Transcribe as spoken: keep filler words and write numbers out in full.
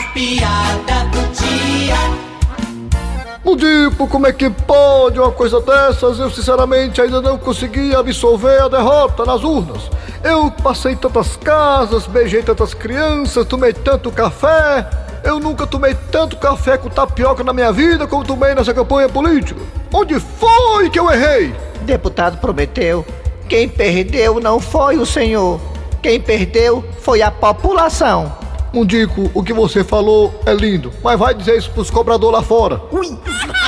piada do dia. Mundico, como é que pode uma coisa dessas? Eu sinceramente ainda não consegui absolver a derrota nas urnas. Eu passei tantas casas, beijei tantas crianças, tomei tanto café. Eu nunca tomei tanto café com tapioca na minha vida como tomei nessa campanha política. Onde foi que eu errei? Deputado Prometeu, quem perdeu não foi o senhor. Quem perdeu foi a população. Mundico, o que você falou é lindo, mas vai dizer isso pros cobradores lá fora. Ui!